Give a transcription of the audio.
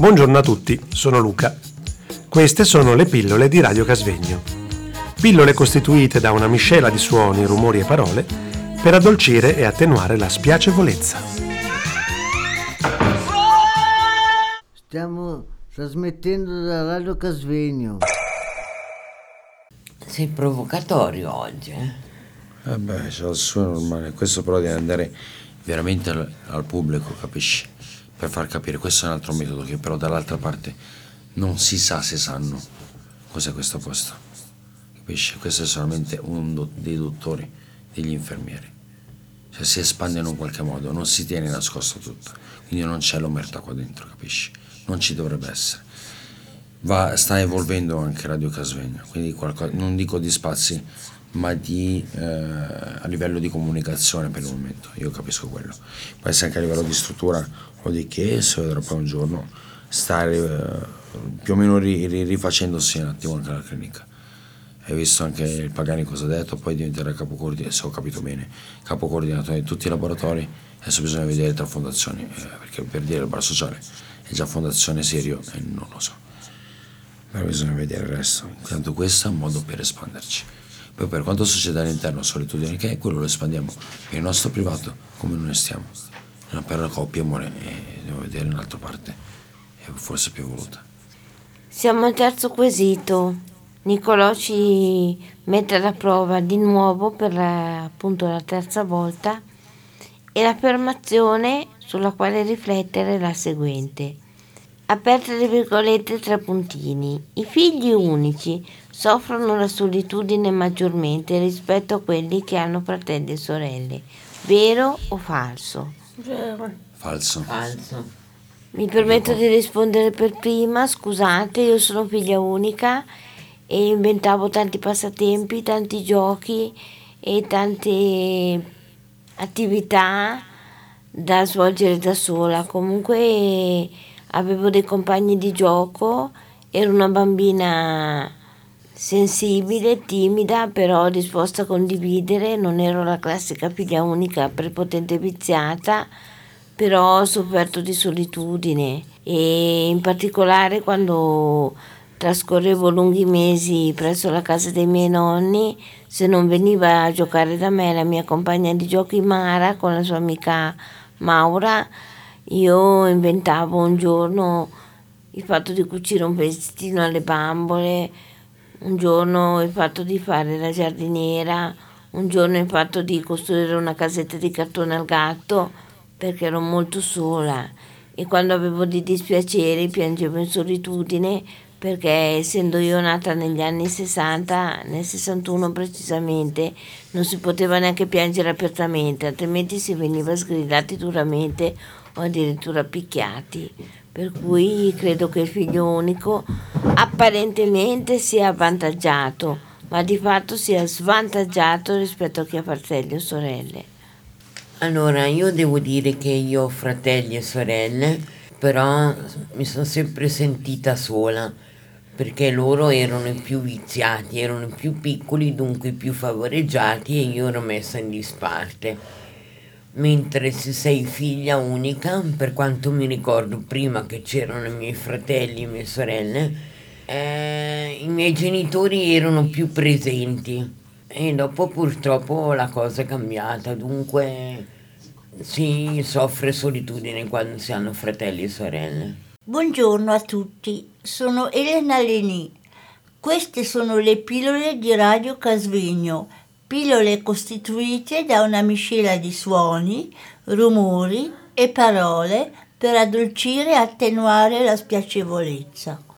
Buongiorno a tutti, sono Luca. Queste sono le pillole di Radio Casvegno. Pillole costituite da una miscela di suoni, rumori e parole per addolcire e attenuare la spiacevolezza. Stiamo trasmettendo da Radio Casvegno. Sei provocatorio oggi, c'è il suo normale. Questo però deve andare veramente al pubblico, capisci? Per far capire. Questo è un altro metodo che però dall'altra parte non si sa se sanno cos'è questo posto, capisci? Questo è solamente uno dei dottori, degli infermieri. Cioè si espande in un qualche modo, non si tiene nascosto tutto, quindi non c'è l'omertà qua dentro, capisci? Non ci dovrebbe essere. Sta evolvendo anche Radio Casvegno, quindi non dico di spazi, ma a livello di comunicazione per il momento. Io capisco quello. Può essere anche a livello di struttura o di che, se vedrò poi un giorno stare più o meno rifacendosi un attimo anche la clinica. Hai visto anche il Pagani cosa ha detto, poi diventerà se ho capito bene, capocoordinatore di tutti i laboratori. Adesso bisogna vedere tra fondazioni, perché per dire il bar sociale è già fondazione serio e non lo so. Però bisogna vedere il resto. Intanto questo è un modo per espanderci. Poi per quanto succede all'interno, solitudine che è, quello lo espandiamo per il nostro privato come noi stiamo. Per la coppia, amore, devo vedere un'altra parte, è forse più voluta. Siamo al terzo quesito. Nicolò ci mette alla prova di nuovo per appunto la terza volta e l'affermazione sulla quale riflettere è la seguente. Aperte le virgolette tra puntini. I figli unici soffrono la solitudine maggiormente rispetto a quelli che hanno fratelli e sorelle. Vero o falso? Falso. Mi permetto di rispondere per prima. Scusate, io sono figlia unica e inventavo tanti passatempi, tanti giochi e tante attività da svolgere da sola. Comunque avevo dei compagni di gioco, ero una bambina sensibile, timida, però disposta a condividere. Non ero la classica figlia unica prepotente e viziata, però ho sofferto di solitudine e in particolare quando trascorrevo lunghi mesi presso la casa dei miei nonni, se non veniva a giocare da me la mia compagna di giochi Mara con la sua amica Maura, io inventavo un giorno il fatto di cucire un vestitino alle bambole, un giorno il fatto di fare la giardiniera, un giorno il fatto di costruire una casetta di cartone al gatto, perché ero molto sola e quando avevo dei dispiaceri piangevo in solitudine, perché essendo io nata negli anni 60, nel 61 precisamente, non si poteva neanche piangere apertamente, altrimenti si veniva sgridati duramente o addirittura picchiati. Per cui credo che il figlio unico apparentemente sia avvantaggiato, ma di fatto sia svantaggiato rispetto a chi ha fratelli o sorelle. Allora, io devo dire che io ho fratelli e sorelle, però mi sono sempre sentita sola, perché loro erano i più viziati, erano i più piccoli, dunque i più favoreggiati, e io ero messa in disparte. Mentre se sei figlia unica, per quanto mi ricordo prima che c'erano i miei fratelli e le mie sorelle, i miei genitori erano più presenti. E dopo purtroppo la cosa è cambiata, dunque si soffre solitudine quando si hanno fratelli e sorelle. Buongiorno a tutti, sono Elena Leni. Queste sono le pillole di Radio Casvegno, pillole costituite da una miscela di suoni, rumori e parole per addolcire e attenuare la spiacevolezza.